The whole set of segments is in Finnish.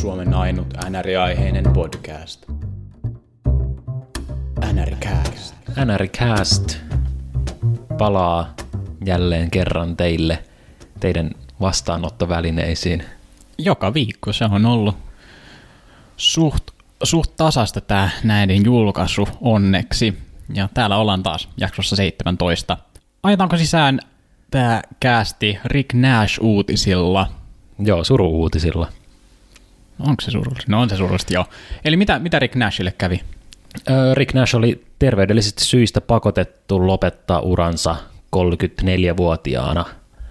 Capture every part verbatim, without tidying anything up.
Suomen ainut N R-aiheinen podcast. N R-cast. N R-cast palaa jälleen kerran teille, teidän vastaanottovälineisiin. Joka viikko se on ollut suht, suht tasasta tämä näiden julkaisu onneksi. Ja täällä ollaan taas jaksossa seitsemäntoista. Ajetaanko sisään tämä casti Rick Nash-uutisilla? Joo, suru-uutisilla. Onko se surullista? No on se surullista, joo. Eli mitä, mitä Rick Nashille kävi? Rick Nash oli terveydellisistä syistä pakotettu lopettaa uransa kolmekymmentäneljävuotiaana.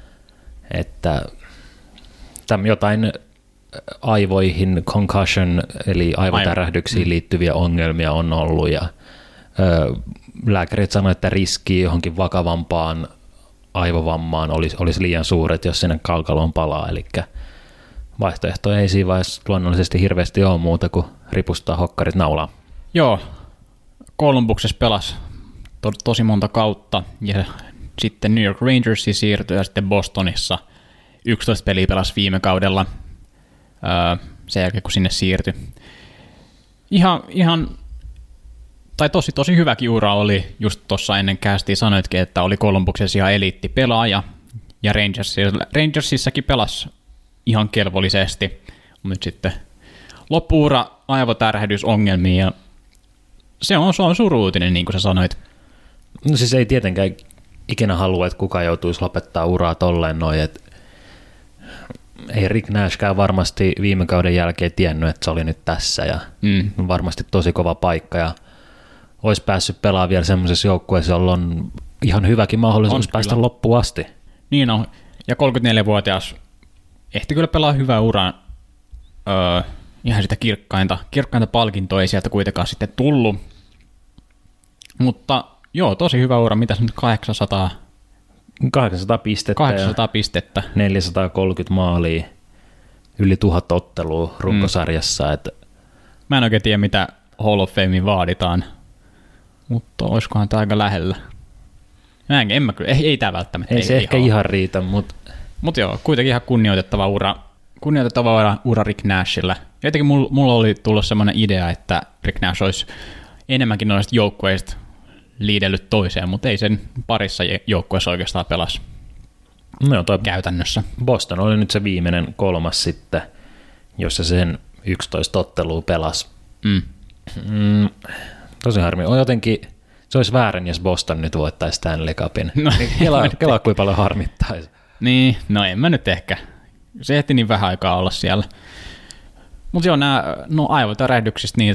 Että täm jotain aivoihin concussion, eli aivotärähdyksiin liittyviä ongelmia on ollut, ja ö, lääkärit sanoivat, että riski johonkin vakavampaan aivovammaan olisi, olisi liian suuret, jos sinne kaukaloon palaa, eli vaihtoehtoja ei siinä vaiheessa luonnollisesti hirveästi ole muuta kuin ripustaa hokkarit naulaan. Joo, Columbuksessa pelasi to- tosi monta kautta, ja sitten New York Rangersiin siirtyi, ja sitten Bostonissa yksitoista peliä pelasi viime kaudella, öö, sen jälkeen kun sinne siirtyi. Ihan, ihan tai tosi, tosi hyväkin ura oli, just tuossa ennen castia sanoitkin, että oli Columbuksessa ihan eliittipelaaja, ja Rangersissa, Rangersissakin pelasi ihan kelvollisesti, mutta sitten loppuura aivotärähdysongelmia, ja se on, se on suru-uutinen, niin kuin sä sanoit. No siis ei tietenkään ikinä halua, että kukaan joutuisi lopettaa uraa tolleen noin, että ei Rick Nashkään varmasti viime kauden jälkeen tiennyt, että se oli nyt tässä, ja mm. varmasti tosi kova paikka, ja olisi päässyt pelaamaan vielä semmoisessa joukkueessa, jolla on ihan hyväkin mahdollisuus on päästä kyllä loppuun asti. Niin on, ja kolmekymmentäneljävuotias ehti kyllä pelaa hyvää uraa, öö, ihan sitä kirkkainta, kirkkainta palkintoa ei sieltä kuitenkaan sitten tullut, mutta joo, tosi hyvä ura, mitä se nyt kahdeksansataa? kahdeksansataa pistettä, kahdeksansataa pistettä. neljäsataakolmekymmentä maalia, yli tuhat ottelua runkosarjassa. Mm. Että mä en oikein tiedä, mitä Hall of Fameen vaaditaan, mutta olisikohan tämä aika lähellä. Mä en, en mä kyllä, ei, ei tämä välttämättä. Ei, ei se ei ehkä ihan, ihan riitä, mutta Mutta joo, kuitenkin ihan kunnioitettava ura, kunnioitettava ura, ura Rick Nashilla. Jotenkin mulla, mulla oli tullut semmoinen idea, että Rick Nash olisi enemmänkin noista joukkueista liidellyt toiseen, mutta ei sen parissa joukkueessa oikeastaan pelasi no, toi käytännössä. Boston oli nyt se viimeinen kolmas sitten, jossa sen yksitoista ottelua pelasi. Mm. Mm, tosi harmi. On jotenkin, se olisi väärin, jos Boston nyt voittaisi Stanley Cupin. No, Kelaa, kelaa kuinka paljon harmittaisi. Niin, no en mä nyt ehkä. Se ehti niin vähän aikaa olla siellä. Mutta joo, nämä no aivotärähdyksistä, niin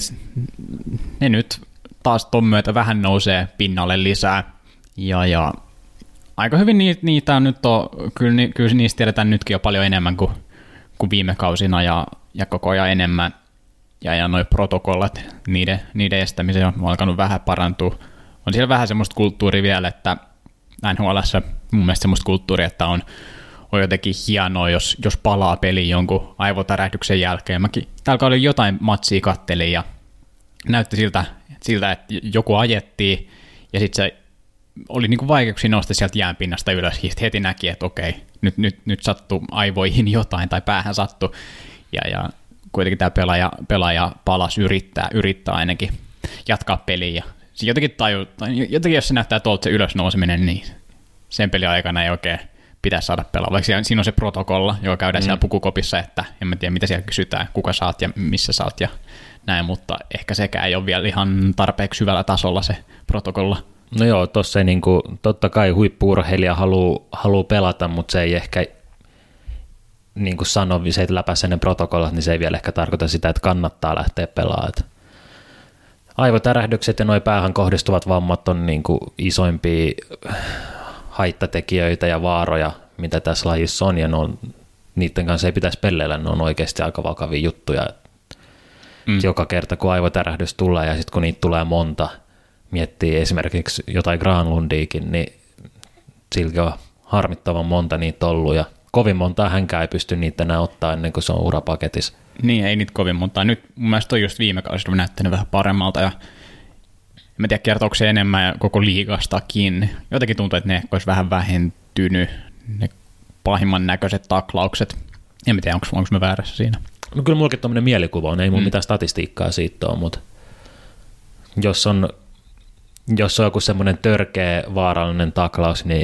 ne nyt taas ton myötä vähän nousee pinnalle lisää. Ja, ja aika hyvin niitä, niitä nyt on, kyllä, kyllä niistä tiedetään nytkin jo paljon enemmän kuin, kuin viime kausina ja, ja koko ajan enemmän. Ja, ja noi protokollat, niiden, niiden estämiseen on alkanut vähän parantua. On siellä vähän semmoista kulttuuria vielä, että N H L:ssä mun mielestä semmoista kulttuuria, että on, on jotenkin hienoa, jos, jos palaa peliin jonkun aivotärähdyksen jälkeen. Mäkin täällä oli jotain matsia kattelin ja näytti siltä, siltä että joku ajettiin ja sitten se oli niinku vaikeuksia nousta sieltä jäänpinnasta ylös. Heti näki, että okei, nyt, nyt, nyt sattuu aivoihin jotain tai päähän sattui. Ja, ja kuitenkin tämä pelaaja, pelaaja palas yrittää, yrittää ainakin jatkaa peliä. Ja jotenkin, taju, jotenkin jos se näyttää tuolta se ylösnouseminen, niin sen pelin aikana ei oikein pitäisi saada pelaa. Vaikka siinä on se protokolla, joka käydään mm. siellä pukukopissa, että en mä tiedä mitä siellä kysytään, kuka saat ja missä saat ja näin, mutta ehkä sekään ei ole vielä ihan tarpeeksi hyvällä tasolla se protokolla. No joo, tossa ei niinku, totta kai huippu-urheilija haluaa haluu pelata, mutta se ei ehkä niin kuin sanoin, se ei läpäisi ne protokollat, niin se ei vielä ehkä tarkoita sitä, että kannattaa lähteä pelaamaan. Aivotärähdykset ja nuo päähän kohdistuvat vammat on niin kuin isoimpia haittatekijöitä ja vaaroja, mitä tässä lajissa on, ja on, niiden kanssa ei pitäisi pelleillä, ne on oikeasti aika vakavia juttuja. Mm. Joka kerta, kun aivotärähdys tulee, ja sitten kun niitä tulee monta, miettii esimerkiksi jotain Granlundiakin, niin silläkin on harmittavan monta niitä ollut, ja kovin montaa hänkään ei pysty niitä enää ottaa ennen kuin se on urapaketissa. Niin, ei niitä kovin montaa. Nyt mun mielestä on just viime kaudella näyttänyt vähän paremmalta, ja en tiedä kertooko se enemmän ja koko liigastakin. Jotenkin tuntuu, että ne olisi vähän vähentynyt, ne pahimman näköiset taklaukset. En tiedä, onko, onko mä väärässä siinä. No kyllä mullakin tuommoinen mielikuva on, ei mun Mm. mitään statistiikkaa siitä ole, mutta jos on, jos on joku semmoinen törkeä vaarallinen taklaus, niin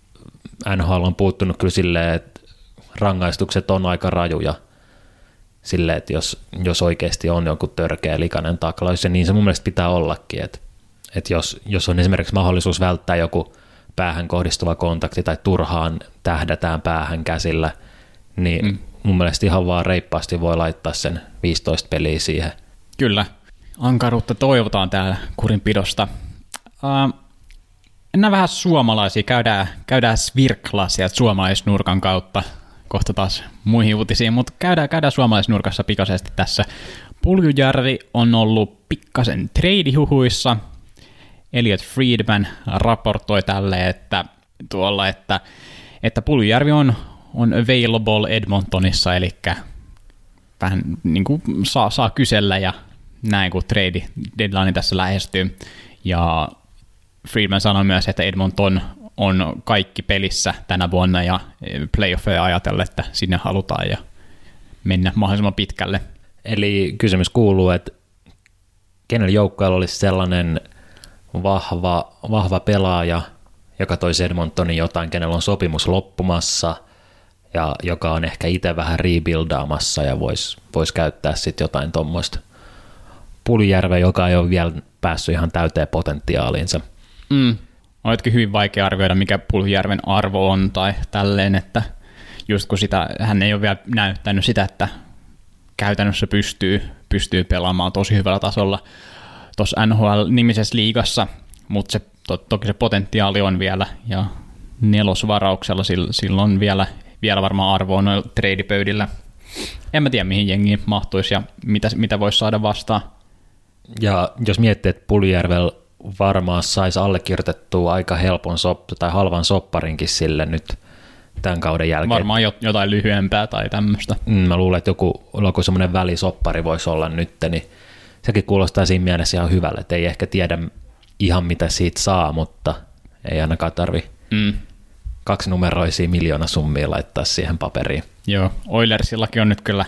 N H L on puuttunut kyllä silleen, että rangaistukset on aika rajuja silleen, että jos, jos oikeasti on joku törkeä likainen taklaus, ja niin se mun mielestä pitää ollakin, että, että jos, jos on esimerkiksi mahdollisuus välttää joku päähän kohdistuva kontakti tai turhaan tähdätään päähän käsillä, niin mm. mun mielestä ihan vaan reippaasti voi laittaa sen viisitoista peliä siihen. Kyllä, ankaruutta toivotaan täällä kurinpidosta. Uh, Mennään vähän suomalaisia, käydään, käydään svirklaa sieltä suomalaisnurkan kautta, kohta taas muihin uutisiin, mutta käydään, käydään suomalaisnurkassa pikaisesti tässä. Puljujärvi on ollut pikkasen treidihuhuissa. Elliot Friedman raportoi tälle, että, tuolla, että, että Puljujärvi on, on available Edmontonissa, eli vähän niin kuin saa, saa kysellä ja näin, kun trade deadline tässä lähestyy. Ja Friedman sanoi myös, että Edmonton on kaikki pelissä tänä vuonna ja playoffeja ajatellen, että sinne halutaan ja mennä mahdollisimman pitkälle. Eli kysymys kuuluu, että kenellä joukkueella olisi sellainen vahva, vahva pelaaja, joka toisi Edmontonin jotain, kenellä on sopimus loppumassa ja joka on ehkä itse vähän rebuildaamassa ja voisi vois käyttää sitten jotain tuommoista Puljujärveä, joka ei ole vielä päässyt ihan täyteen potentiaaliinsa. Mm. On jotenkin hyvin vaikea arvioida, mikä Puljujärven arvo on tai tälleen, että just kun sitä, hän ei ole vielä näyttänyt sitä, että käytännössä pystyy, pystyy pelaamaan tosi hyvällä tasolla tuossa N H L-nimisessä liigassa, mutta se, to, toki se potentiaali on vielä, ja nelosvarauksella sillä on vielä, vielä varmaan arvoa noilla treidipöydillä. En mä tiedä, mihin jengiin mahtuisi ja mitä, mitä voisi saada vastaan. Ja jos miettii, että Puljujärvellä varmaan saisi allekirjoitettua aika helpon sop- tai halvan sopparinkin sille nyt tämän kauden jälkeen. Varmaan jotain lyhyempää tai tämmöistä. Mm, mä luulen, että joku, joku semmoinen välisoppari voisi olla nyt, niin sekin kuulostaa siinä mielessä ihan hyvälle, että ei ehkä tiedä ihan mitä siitä saa, mutta ei ainakaan tarvi mm. kaksinumeroisia miljoonasummia laittaa siihen paperiin. Joo, Oilersillakin on nyt kyllä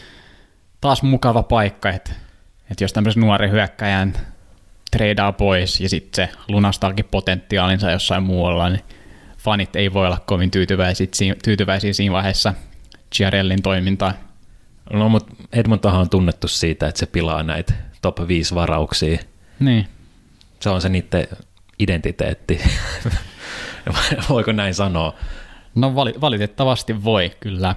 taas mukava paikka, että, että jos tämmöisen nuori hyökkäjän treidaa pois ja sitten se lunastaakin potentiaalinsa jossain muualla, niin fanit ei voi olla kovin tyytyväisiä, tyytyväisiä siinä vaiheessa Chiarellin toimintaan. No, mutta Edmontonhan on tunnettu siitä, että se pilaa näitä top viisi varauksia. Niin. Se on se niiden identiteetti. Voiko näin sanoa? No valitettavasti voi, kyllä.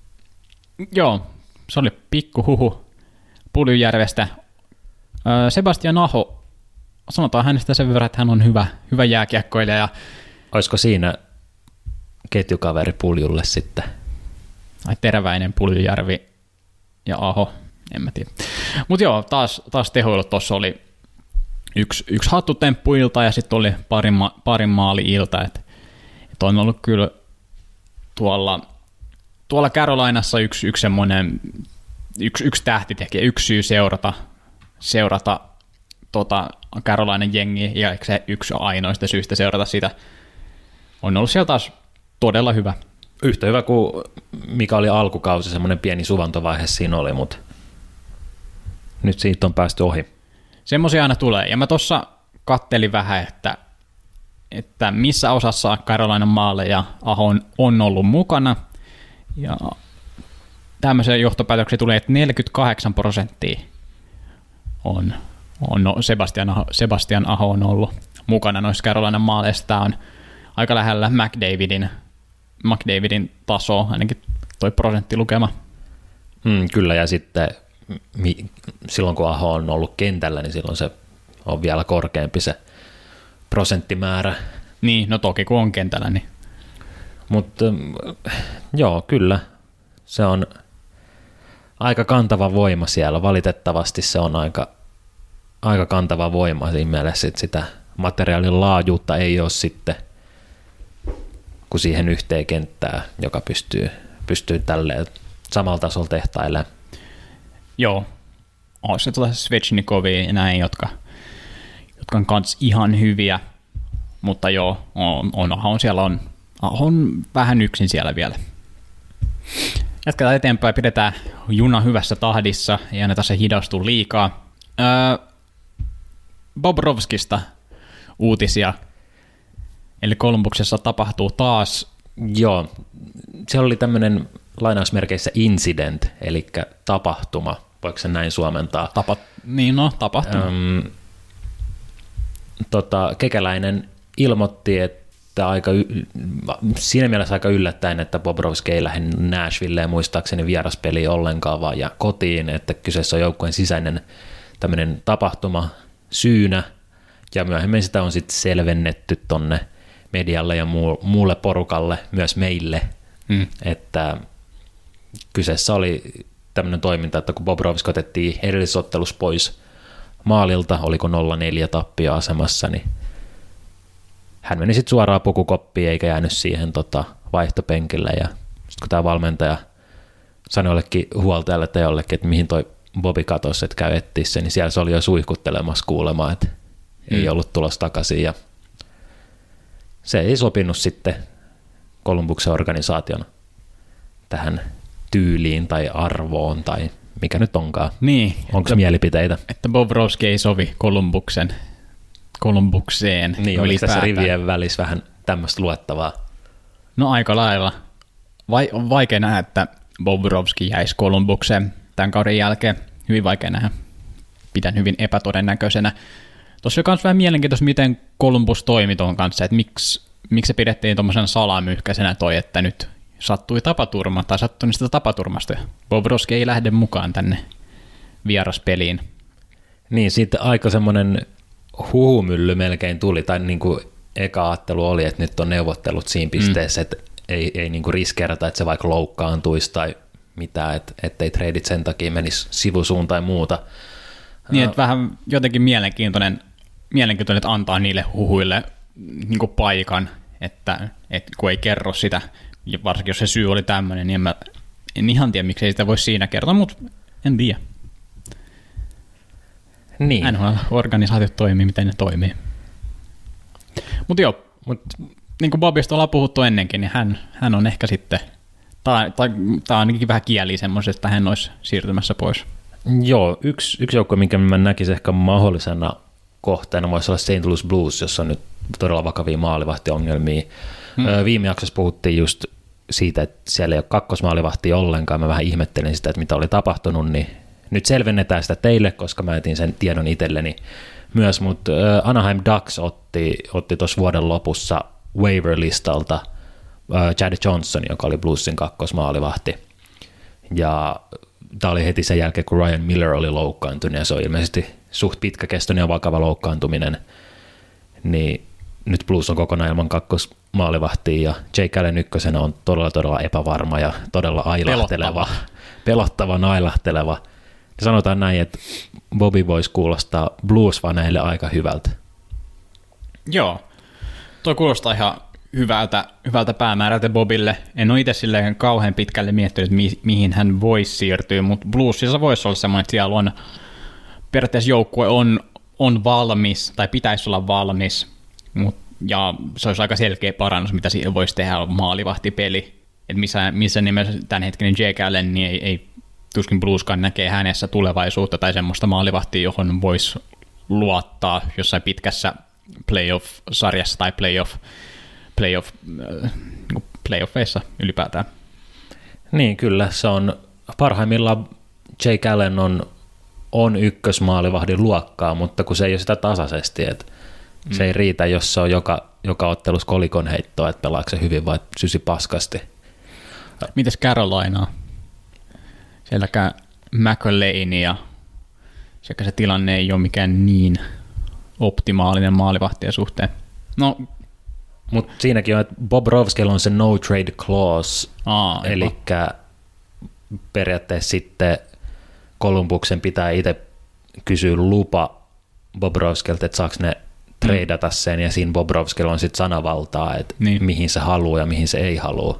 Joo, se oli pikku huhu Puljujärvestä. Sebastian Aho, sanotaan hänestä sen verran, että hän on hyvä, hyvä jääkiekkoilija. Ja olisiko siinä ketjukaveri Puljulle sitten? Ai Teräväinen, Puljujärvi ja Aho, en mä tiedä. Mutta joo, taas, taas tehoilut tuossa oli yksi, yksi hattutemppuilta ja sitten oli parin, ma- parin maali-ilta. Et, et on ollut kyllä tuolla, tuolla Carolinassa yksi, yksi semmoinen, yksi, yksi tähtitekijä, yksi syy seurata, seurata tota Carolinen jengiä ja se yksi ainoista syystä seurata sitä. On ollut siellä taas todella hyvä. Yhtä hyvä kuin mikä oli alkukausi, semmoinen pieni suvantovaihe siinä oli, mutta nyt siitä on päästy ohi. Semmoisia aina tulee. Ja mä tuossa kattelin vähän, että, että missä osassa Carolinan maaleja Aho on, on ollut mukana. Ja tämmöisen johtopäätöksen tulee, että neljäkymmentäkahdeksan prosenttia on, on Sebastian, Aho, Sebastian Aho on ollut mukana noissa Carolinan maaleissa. Tämä on aika lähellä McDavidin, McDavidin tasoa, ainakin toi prosenttilukema. Hmm, kyllä, ja sitten mi, silloin kun Aho on ollut kentällä, niin silloin se on vielä korkeampi se prosenttimäärä. Niin, no toki kun on kentällä. Niin. Mutta joo, kyllä, se on aika kantava voima siellä. Valitettavasti se on aika, aika kantava voima siinä mielessä, että sitä materiaalin laajuutta ei ole sitten kuin siihen yhteen kenttään, joka pystyy, pystyy tälleen samalla tasolla tehtailemaan. Joo, on se tuolla Svechnikovia ja näin, jotka, jotka on kans ihan hyviä, mutta joo, on, on, on siellä on, on vähän yksin siellä vielä. Jatketaan eteenpäin, pidetään juna hyvässä tahdissa, ei anneta se hidastua liikaa. Öö, Bobrovskista uutisia. Eli Columbuksessa tapahtuu taas. Joo, siellä oli tämmöinen lainausmerkeissä incident, eli tapahtuma, voiko se näin suomentaa? Tapa, niin no, tapahtuma. Öm, tota, Kekäläinen ilmoitti, että aika y- siinä mielessä aika yllättäen, että Bobrovski ei lähde Nashvilleen muistaakseni vieraspeliin ollenkaan vaan ja kotiin, että kyseessä on joukkueen sisäinen tämmöinen tapahtuma syynä, ja myöhemmin sitä on sitten selvennetty tonne medialle ja muu, muulle porukalle, myös meille, mm. että kyseessä oli tämmöinen toiminta, että kun Bobrovski otettiin edellisottelus pois maalilta, oliko nolla neljä tappio-asemassa, niin hän meni sitten suoraan pukukoppiin eikä jäänyt siihen tota, vaihtopenkille, ja sitten kun tämä valmentaja sanoi jollekin huoltajalle tai jollekin, että mihin toi Bobi katosi, että käy etsiä se, niin siellä se oli jo suihkuttelemassa kuulemaan, että mm. ei ollut tulossa takaisin, ja se ei sopinut sitten Columbuksen organisaation tähän tyyliin tai arvoon tai mikä nyt onkaan. Niin. Onko mielipiteitä? Että Bobrovski ei sovi Columbuksen, Columbukseen. Niin, oliko tässä rivien välissä vähän tämmöistä luettavaa? No aika lailla. Vai, on vaikea nähdä, että Bobrovski jäisi Columbukseen tämän kauden jälkeen. Hyvin vaikea nähdä. Pidän hyvin epätodennäköisenä. Tuossa on myös vähän mielenkiintoista, miten Columbus toimi tuon kanssa, että miksi, miksi se pidettiin tuommoisen salamyhkäisenä toi, että nyt sattui tapaturma, tai sattui niistä tapaturmasta. Bobrovski ei lähde mukaan tänne vieraspeliin. Niin, siitä aika semmoinen huhumylly melkein tuli, tai niin kuin eka ajattelu oli, että nyt on neuvottelut siinä pisteessä, mm. että ei, ei niin kuin riskeerata, että se vaikka loukkaantuisi tai mitään, että ettei treidit sen takia menisi sivusuun tai muuta. Niin, että vähän jotenkin mielenkiintoinen, mielenkiintoinen, että antaa niille huhuille niin kuin paikan, että, että kun ei kerro sitä, varsinkin jos se syy oli tämmöinen, niin en, mä, en ihan tiedä, miksei sitä voi siinä kertoa, mutta en tiedä. Niin. N H L-organisaatiot toimii, miten ne toimii. Mutta joo, mut, niin kuin Bobista ollaan puhuttu ennenkin, niin hän, hän on ehkä sitten, tai, tai, tai ainakin vähän kieli semmoisesta, että hän olisi siirtymässä pois. Joo, yksi, yksi joukko, minkä mä näkisin ehkä mahdollisena kohteena, voisi olla Saint Louis Blues, jossa on nyt todella vakavia maalivahtiongelmia. Hmm. Viime jaksossa puhuttiin just siitä, että siellä ei ole kakkosmaalivahtia ollenkaan. Mä vähän ihmettelin sitä, että mitä oli tapahtunut, niin nyt selvennetään sitä teille, koska mä etin sen tiedon itselleni myös, mutta Anaheim Ducks otti, otti tuossa vuoden lopussa waiver-listalta Chad Johnson, joka oli Bluesin kakkosmaalivahti. Ja tämä oli heti sen jälkeen, kun Ryan Miller oli loukkaantunut, ja se on ilmeisesti suht pitkäkestoinen ja vakava loukkaantuminen, niin nyt Blues on kokonaan ilman kakkosmaalivahtia, ja Jake Allen ykkösenä on todella, todella epävarma ja todella ailahteleva, pelottava, pelottava ailahteleva. Ja sanotaan näin, että Bobby voisi kuulostaa Blues-faneille aika hyvältä. Joo, tuo kuulostaa ihan hyvältä, hyvältä päämäärältä Bobille. En ole itse silleen kauhean pitkälle miettinyt, mi- mihin hän voisi siirtyä, mutta Bluesissa voisi olla semmoinen, että siellä on periaatteessa joukkue on, on valmis, tai pitäisi olla valmis, mut, ja se olisi aika selkeä parannus, mitä siihen voisi tehdä maalivahtipeli. Et missä, missä nimessä tämänhetkinen Jake Allen niin ei, ei tuskin Blueskaan näkee hänessä tulevaisuutta tai semmoista maalivahtia, johon voisi luottaa jossain pitkässä playoff-sarjassa tai playoff, playoff, äh, playoffeissa ylipäätään. Niin, kyllä. Se on parhaimmillaan Jake Allen on, on ykkösmaalivahdin luokkaa, mutta kun se ei ole sitä tasaisesti, että mm. se ei riitä, jos se on joka, joka ottelussa kolikon heittoa, että pelaako se hyvin vai sysi paskasti. Mites Carolinaa? Sielläkään McElhaney ja sekä se tilanne ei ole mikään niin optimaalinen maalivahtien suhteen. No, mutta siinäkin on, että Bobrovskilla on se no trade clause, aa, eli periaatteessa sitten Columbuksen pitää itse kysyä lupa Bobrovskilta, että saako ne treidata sen, ja siinä Bobrovskilla on sitten sanavaltaa, että niin. mihin se haluaa ja mihin se ei halua.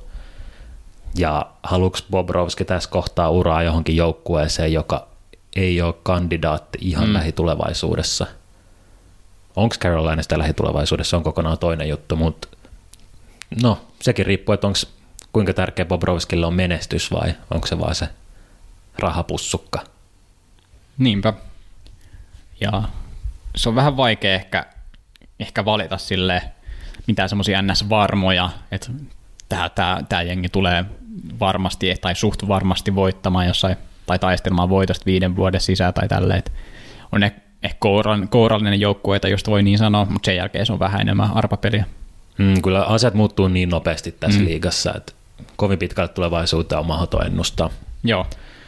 Ja haluuko Bobrovski tässä kohtaa uraa johonkin joukkueeseen, joka ei ole kandidaatti ihan mm. lähitulevaisuudessa? Onko Carolinasta lähitulevaisuudessa, on kokonaan toinen juttu, mutta no, sekin riippuu, että onko kuinka tärkeä Bobrovskille on menestys vai onko se vaan se rahapussukka? Niinpä. Ja se on vähän vaikea ehkä, ehkä valita silleen mitään semmoisia N S-varmoja, että tämä, tämä, tämä jengi tulee varmasti tai suht varmasti voittamaan jossain tai taistelmaan voitosta viiden vuoden sisään tai tälleen. On ehkä eh, kourallinen joukkueita, josta voi niin sanoa, mutta sen jälkeen se on vähän enemmän arpapeliä. Mm, kyllä asiat muuttuu niin nopeasti tässä mm. liigassa, että kovin pitkälle tulevaisuuteen on mahdoton ennustaa. Joo.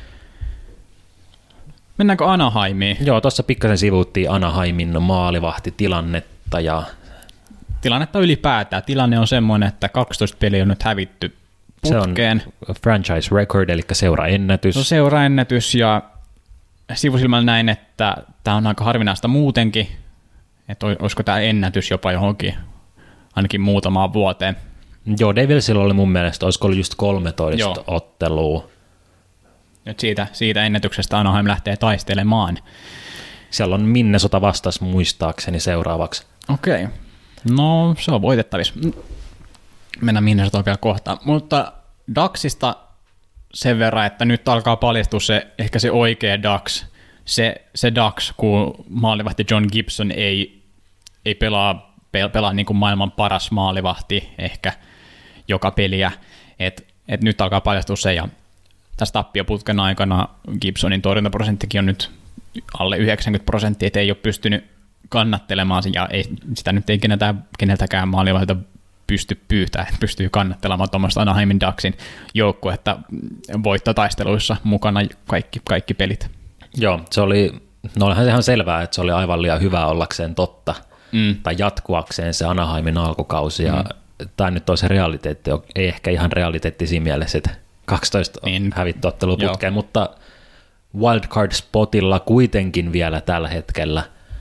Mennäänkö Anaheimiin? Joo, tuossa pikkasen sivuuttiin Anaheimin maalivahtitilannetta. Ja... Tilannetta ylipäätään. Tilanne on semmoinen, että kaksitoista peliä on nyt hävitty putkeen. Se on franchise record, eli seuraennätys. Se on seuraennätys, ja sivusilmällä näin, että tämä on aika harvinaista muutenkin, että olisiko tämä ennätys jopa johonkin, ainakin muutamaan vuoteen. Joo, Devilsillä oli mun mielestä, olisiko ollut just kolmetoista Joo. ottelua. Nyt siitä, siitä ennätyksestä Anaheim lähtee taistelemaan. Siellä on Minnesota vastas muistaakseni seuraavaksi. Okei, okay. No se on voitettavissa. Mennään Minnesotaan vielä kohtaan. Mutta Ducksista sen verran, että nyt alkaa paljastua se, ehkä se oikea Ducks. Se, se Ducks, kun maalivahti John Gibson ei, ei pelaa, pelaa niin kuin maailman paras maalivahti ehkä joka peliä. Et, et nyt alkaa paljastua se, ja tässä tappioputken aikana Gibsonin torjuntaprosenttikin on nyt alle yhdeksänkymmentä prosenttia, että ei ole pystynyt kannattelemaan, ja ei, sitä nyt ei keneltäkään, keneltäkään maalivahdilta pysty pyytämään, että pystyy kannattelemaan tuommoista Anaheimin Ducksin joukkuetta voittotaisteluissa mukana kaikki, kaikki pelit. Joo, se oli, no olihan se ihan selvää, että se oli aivan liian hyvä ollakseen totta, mm. tai jatkuakseen se Anaheimin alkukausi, ja mm. tämä nyt on se realiteetti, ei ehkä ihan realiteetti siinä mielessä, että kaksitoista niin. hävitty ottelu putkeen, mutta wildcard-spotilla kuitenkin vielä tällä hetkellä,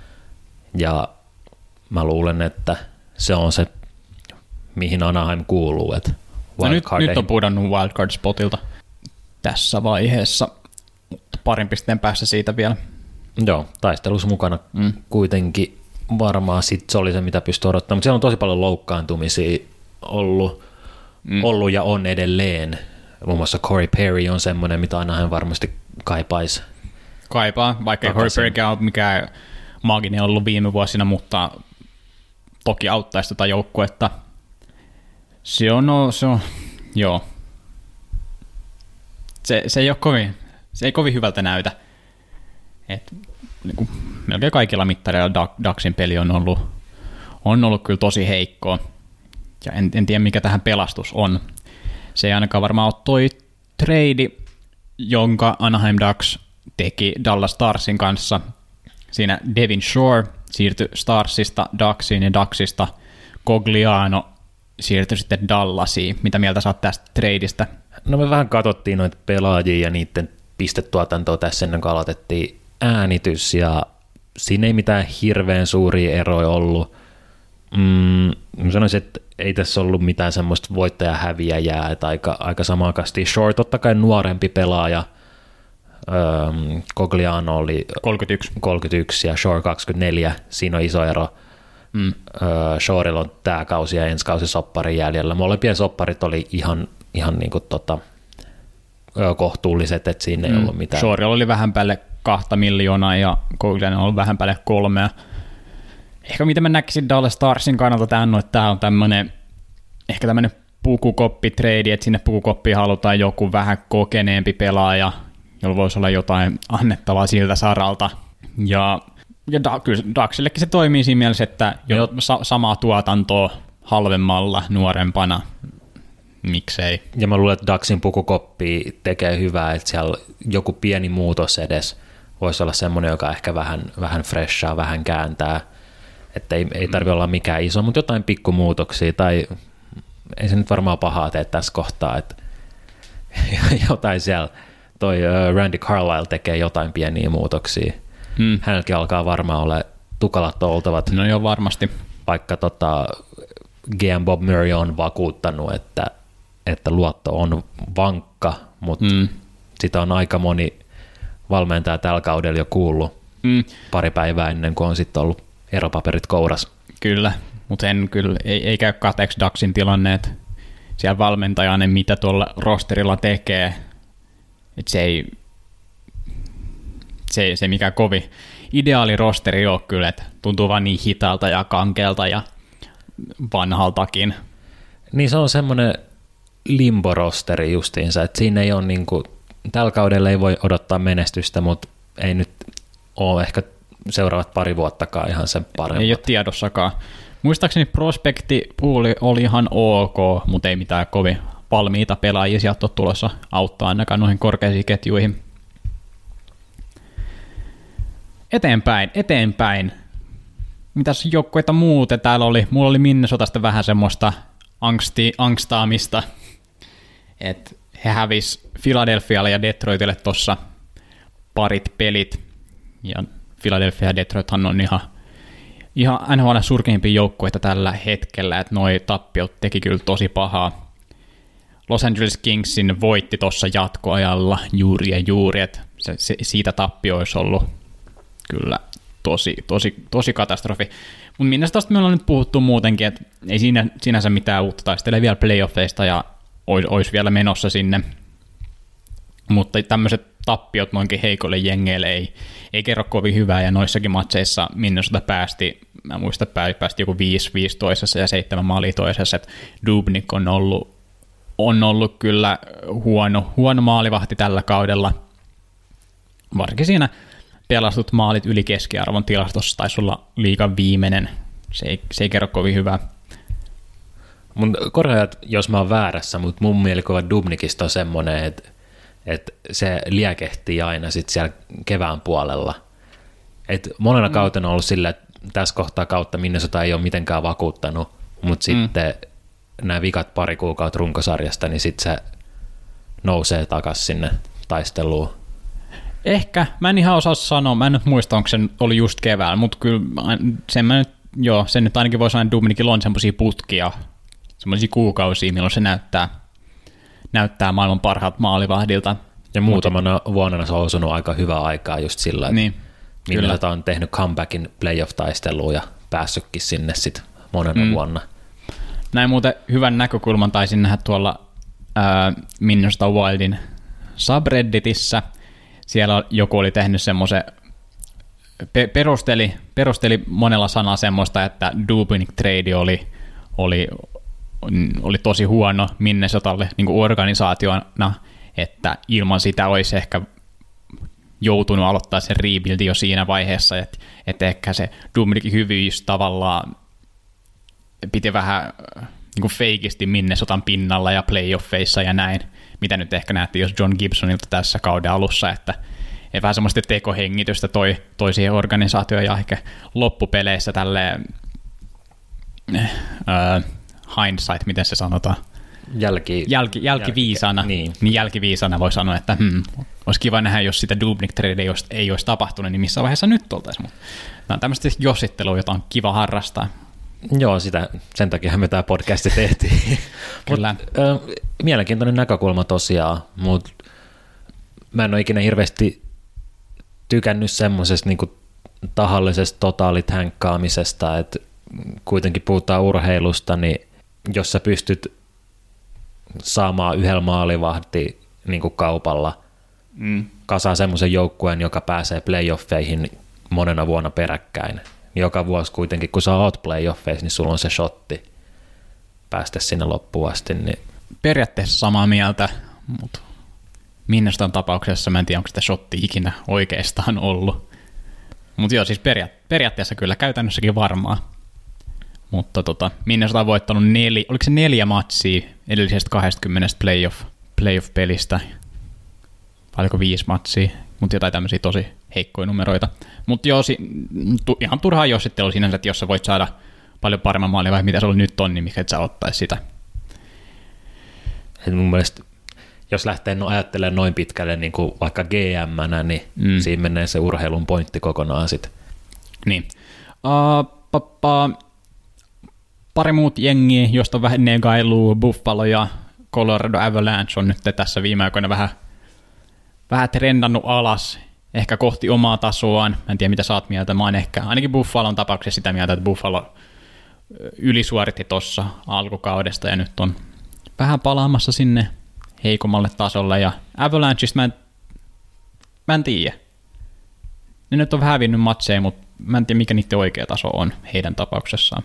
ja mä luulen, että se on se, mihin Anaheim kuuluu. Että no nyt, nyt on pudonnut wildcard-spotilta tässä vaiheessa, mutta parin pisteen päässä siitä vielä. Joo, taistelussa mukana mm. kuitenkin varmaan sit se oli se, mitä pystyi odottamaan, mutta siellä on tosi paljon loukkaantumisia ollut, mm. ollut ja on edelleen. Muun muassa Corey Perry on semmoinen, mitä Anaheim varmasti kaipaisi. Kaipaa, vaikka Corey Perrykään on mikään maaginen ollut viime vuosina, mutta toki auttaisi tätä joukkuetta. Se on, no, se on, joo. Se, se ei ole kovin, se ei kovin hyvältä näytä. Et, niin kuin, melkein kaikilla mittareilla Ducksin peli on ollut, on ollut kyllä tosi heikkoa. Ja en, en tiedä, mikä tähän pelastus on. Se ei ainakaan varmaan ole toi trade, jonka Anaheim Ducks teki Dallas Starsin kanssa. Siinä Devin Shore siirtyi Starsista Ducksiin ja Ducksista Cogliano siirtyi sitten Dallasiin. Mitä mieltä sä oot tästä tradeista? No me vähän katsottiin noita pelaajia ja niiden pistetuotantoa tässä ennen kuin aloitettiin äänitys, ja siinä ei mitään hirveän suuria eroja ollut. Mm, mä sanoisin, että ei tässä ollut mitään semmoista voittaja-häviäjää, että aika, aika samaa kastia. Short, totta kai nuorempi pelaaja, öö, Cogliano oli kolmekymmentäyksi. kolmekymmentäyksi ja Shore kaksikymmentäneljä, siinä on iso ero. Mm. Öö, Shorella on tämä kausi ja ensi kausi soppari jäljellä. Molempien sopparit oli ihan, ihan niin kuin tota, öö, kohtuulliset, että siinä ei mm. ollut mitään. Shorella oli vähän päälle kahta miljoonaa ja Cogliano oli vähän päälle kolmea. Ehkä mitä mä näkisin Dallas Starsin kannalta tämän on, että tämä on tämmöinen, ehkä tämmöinen pukukoppi-trade, että sinne pukukoppiin halutaan joku vähän kokeneempi pelaaja, jolla voisi olla jotain annettavaa siltä saralta. Ja, ja kyllä Ducksillekin se toimii siinä mielessä, että jo sa- samaa tuotantoa halvemmalla nuorempana, miksei. Ja mä luulen, että Ducksin pukukoppi tekee hyvää, että siellä joku pieni muutos edes voisi olla semmoinen, joka ehkä vähän, vähän freshaa, vähän kääntää. Että ei, ei tarvitse olla mikään iso, mutta jotain pikkumuutoksia, tai ei se nyt varmaan pahaa tee tässä kohtaa, että jotain siellä, toi Randy Carlyle tekee jotain pieniä muutoksia. Hmm. Hänelläkin alkaa varmaan olla tukalat oltavat. No joo, varmasti. Vaikka tota, G M Bob Murray on vakuuttanut, että, että luotto on vankka, mutta hmm. sitä on aika moni valmentaja tällä kaudella jo kuullut hmm. pari päivää ennen kuin on sitten ollut eropaperit kouras. Kyllä, mutta en kyllä, ei, ei käy kateeksi Ducksin tilanne, että siellä valmentajana, mitä tuolla rosterilla tekee. Et se ei se, se mikä kovin ideaali rosteri ole kyllä, että tuntuu vaan niin hitaalta ja kankealta ja vanhaltakin. Niin se on semmoinen limborosteri justiinsa, että siinä ei ole niinku, tällä kaudella ei voi odottaa menestystä, mutta ei nyt ole ehkä seuraavat pari vuottakaan ihan sen paremmat. Ei ole tiedossakaan. Muistaakseni prospektipuuli oli ihan ok, mutta ei mitään kovin valmiita pelaajia sieltä ole tulossa auttaa ainakaan noihin korkeisiin ketjuihin. Eteenpäin, eteenpäin. Mitäs joukkueita muuten täällä oli? Mulla oli Minnesotasta vähän semmoista angsti, angstaamista, että he hävis Philadelphialle ja Detroitille tuossa parit pelit. Ja Philadelphia ja Detroithan on ihan, ihan N H L surkeimpia joukkueita tällä hetkellä, että noi tappiot teki kyllä tosi pahaa. Los Angeles Kingsin voitti tuossa jatkoajalla juuri ja juuri, että se, se, siitä tappio olisi ollut kyllä tosi, tosi, tosi katastrofi. Mutta Minnesotasta me ollaan nyt puhuttu muutenkin, että ei siinä, sinänsä mitään uutta taistele vielä playoffeista ja olisi, olisi vielä menossa sinne. Mutta tämmöiset tappiot noinkin heikolle jengeille ei, ei kerro kovin hyvää, ja noissakin matseissa Minnesota päästi, mä muistan, päästi joku viisi viisi toisessa ja seitsemän maalia toisessa, että Dubnik on ollut, on ollut kyllä huono, huono maalivahti tällä kaudella, varsinkin siinä pelastut maalit yli keskiarvon tilastossa taisi olla liigan viimeinen, se ei, se ei kerro kovin hyvää. Mun korjat, jos mä oon väärässä, mutta mun mielikuva Dubnikista on semmoinen, että, että se liekehtii aina sit siellä kevään puolella. Et monena mm. kautena on ollut sillä, että tässä kohtaa kautta Minnesota ei ole mitenkään vakuuttanut, mutta mm. sitten nämä vikat pari kuukautta runkosarjasta, niin sitten se nousee takaisin sinne taisteluun. Ehkä, mä en ihan osaa sanoa, mä en nyt muista, onko se oli just keväällä, mutta kyllä sen, mä nyt, joo, sen nyt ainakin voi sanoa, että Dubnikilla on semmoisia putkia, semmoisia kuukausia, milloin se näyttää, näyttää maailman parhaat maalivahdilta. Ja muutamana vuonna se on osunut aika hyvää aikaa just sillä, että niin, Minnesota on tehnyt comebackin playoff-taisteluun ja päässytkin sinne sitten monena mm. vuonna. Näin muuten hyvän näkökulman taisin nähdä tuolla ää, Minnesota Wildin subredditissä. Siellä joku oli tehnyt semmoisen, pe- perusteli, perusteli monella sanalla semmoista, että Dubnik trade oli, oli, oli tosi huono Minnesotalle niin kuin organisaationa, että ilman sitä olisi ehkä joutunut aloittaa sen rebuildin jo siinä vaiheessa, että, että ehkä se Dubnikin hyvyys tavallaan piti vähän niin kuin feikisti Minnesotan pinnalla ja playoffeissa ja näin, mitä nyt ehkä nähtiin jos John Gibsonilta tässä kauden alussa, että ei vähän semmoista tekohengitystä toi, toi siihen organisaatioon ja ehkä loppupeleissä tälleen äh, hindsight, miten se sanotaan? Jälki, Jälki, jälkiviisana, jälki, niin. niin jälkiviisana voi sanoa, että hmm, olisi kiva nähdä, jos sitä Dubnik-trade ei olisi, ei olisi tapahtunut, niin missä vaiheessa nyt oltaisiin. Tämä on tämmöistä jossittelua, jota on kiva harrastaa. Joo, sitä, sen takia me tämä podcasti tehtiin. Kyllä. Mut, äh, mielenkiintoinen näkökulma tosiaan, mutta mä en ole ikinä hirveästi tykännyt semmoisesta niinku tahallisesta totaalithänkkaamisesta, että kuitenkin puhutaan urheilusta, niin jos sä pystyt saamaan yhdellä maalivahti niin kuin kaupalla mm. kasaan semmoisen joukkueen, joka pääsee playoffeihin monena vuonna peräkkäin. Joka vuosi kuitenkin, kun sä oot playoffeissa, niin sulla on se shotti päästä sinne loppuun asti. Niin periaatteessa samaa mieltä, mutta Minnesotan tapauksessa mä en tiedä, onko sitä shotti ikinä oikeastaan ollut. Mutta joo, siis peria- periaatteessa kyllä käytännössäkin varmaa. Mutta tota, Minnesota on voittanut neljä, oliko se neljä matsia edellisestä kaksikymmentä playoff, playoff-pelistä, paljonko viisi matsia, mutta jotain tämmöisiä tosi heikkoja numeroita. Mutta joo, si, tu, ihan turhaa jossittelu sinänsä, että jos sä voit saada paljon paremman maalin, vai mitä sulla nyt on, niin mikä et sä ottaisi sitä. Et mun mielestä, jos lähtee no, ajattelemaan noin pitkälle niin kuin vaikka G M-nä, niin mm. siinä menee se urheilun pointti kokonaan sitten. Niin. Uh, pappa, pari muut jengiä, josta on vähän negailua, Buffalo ja Colorado Avalanche on nyt tässä viime aikoina vähän, vähän trendannut alas, ehkä kohti omaa tasoaan. Mä en tiedä, mitä sä oot mieltä. Mä oon ehkä, ainakin Buffalon tapauksessa sitä mieltä, että Buffalo ylisuoritti tuossa alkukaudesta ja nyt on vähän palaamassa sinne heikommalle tasolle, ja Avalancheista mä en, mä en tiedä. Ne nyt on vähän hävinnyt matseja, mutta mä en tiedä, mikä niiden oikea taso on heidän tapauksessaan.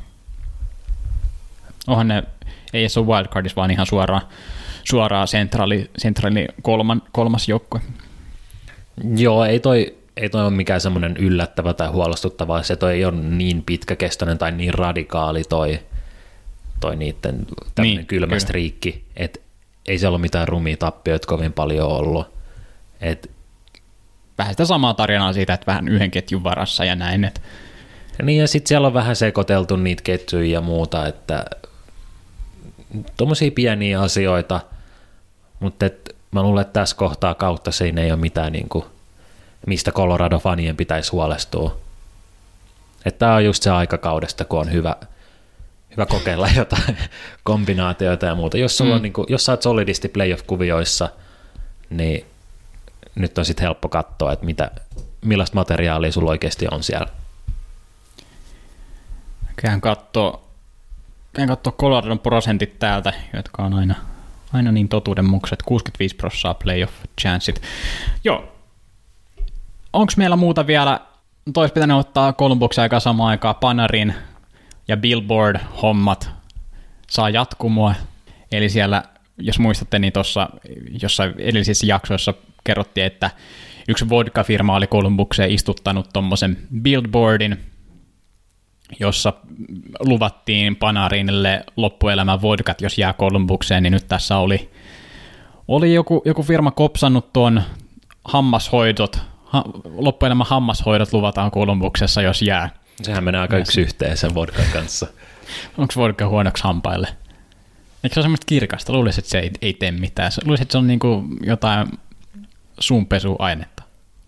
Onhan ne, ei edes ole wildcardissa, vaan ihan suoraan, suoraan sentraali, sentraali kolman, kolmas joukkue. Joo, ei toi, ei toi ole mikään semmoinen yllättävä tai huolestuttava, se toi ei ole niin pitkäkestoinen tai niin radikaali toi, toi niiden niin, kylmä striikki, että ei siellä ole mitään rumia tappioita kovin paljon ollut. Et, vähän sitä samaa tarinaa siitä, että vähän yhden ketjun varassa ja näin. Et. Ja niin, ja sitten siellä on vähän sekoiteltu niitä ketjuja ja muuta, että tuommoisia pieniä asioita, mutta et, mä luulen, että tässä kohtaa kautta siinä ei ole mitään, niin kuin, mistä Colorado-fanien pitäisi huolestua. Tämä on just se aikakaudesta, kun on hyvä, hyvä kokeilla jotain kombinaatioita ja muuta. Jos, sulla mm. on, niin kuin, jos sä oot solidisti playoff-kuvioissa, niin nyt on sitten helppo katsoa, että mitä, millaista materiaalia sulla oikeasti on siellä. Käyn katsoa, käyn katsoa Coloradon prosentit täältä, jotka on aina, aina niin totuudenmukaiset, kuusikymmentäviisi prosenttia playoff chanceit. Joo. Onko meillä muuta vielä? Tois pitänyt ottaa Columbuksen aika samaan aikaan Panarin ja Billboard-hommat saa jatkumoa. Eli siellä, jos muistatte, niin tuossa jossain edellisissä jaksoissa kerrottiin, että yksi vodka-firma oli Columbukseen istuttanut tuommoisen billboardin, jossa luvattiin Panarinille loppuelämän vodkat, jos jää Columbukseen, niin nyt tässä oli, oli joku, joku firma kopsannut tuon hammashoidot, ha, loppuelämän hammashoidot luvataan Columbuksessa, jos jää. Sehän menee aika yksi yhteen sen vodkan kanssa. Onko vodka huonoksi hampaille? Eikö se ole semmoista kirkasta? Luulisin, että se ei, ei tee mitään. Luulisin, että se on niin kuin jotain suunpesuainetta.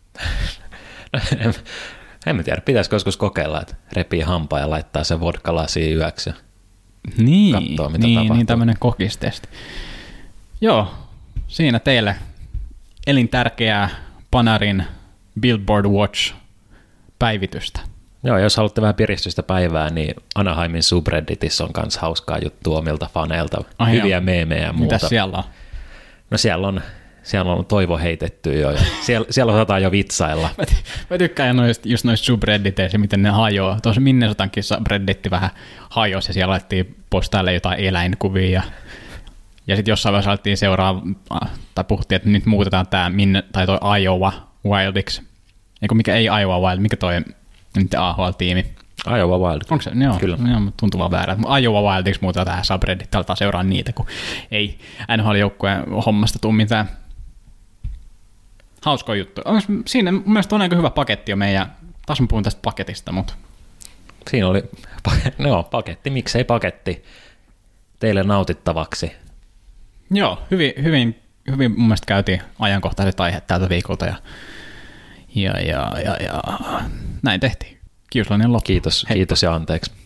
en, en mä tiedä, pitäisikö joskus kokeilla, että repii hampaa ja laittaa sen vodkalasiin yöksi ja niin, katsoo, mitä niin, tapahtuu. Niin, tämmöinen kokistesti. Joo, siinä teille elintärkeää Panarin Billboard Watch päivitystä. Joo, jos haluatte vähän piristystä päivää, niin Anaheimin subredditissä on myös hauskaa juttua omilta faneilta, Ai hyviä joo. meemejä ja muuta. Mitäs siellä on? No siellä on, siellä on toivo heitetty jo, ja siellä, siellä osataan jo vitsailla. Mä, ty- mä tykkään noista, just noista subredditeista, miten ne hajoaa. Tuossa Minnesotankin subredditti vähän hajosi, ja siellä laitettiin postaille jotain eläinkuvia, ja, ja sitten jossain vaiheessa alettiin seuraa, tai puhuttiin, että nyt muutetaan tämä Minne, tai toi Iowa Wildiksi. Eikö mikä ei Iowa Wild, mikä toi nyt A H L-tiimi. Iowa Wild. Onko se? Joo, kyllä. Joo, tuntuu vaan väärältä. Iowa Wildiksi muutetaan tähän subreddit, aletaan seuraa niitä, kun ei N H L-joukkueen hommasta tule mitään. Hauskoa juttu. Onko siinä mun mielestä on aika hyvä paketti jo meidän, taas mä puhun tästä paketista, mutta... Siinä oli, no paketti, miksei paketti, teille nautittavaksi. Joo, hyvin, hyvin, hyvin mun mielestä käytiin ajankohtaiset aiheet tältä viikolta ja, ja, ja, ja, ja näin tehtiin. Kiusallinen loppu. Kiitos, Hei. kiitos ja anteeksi.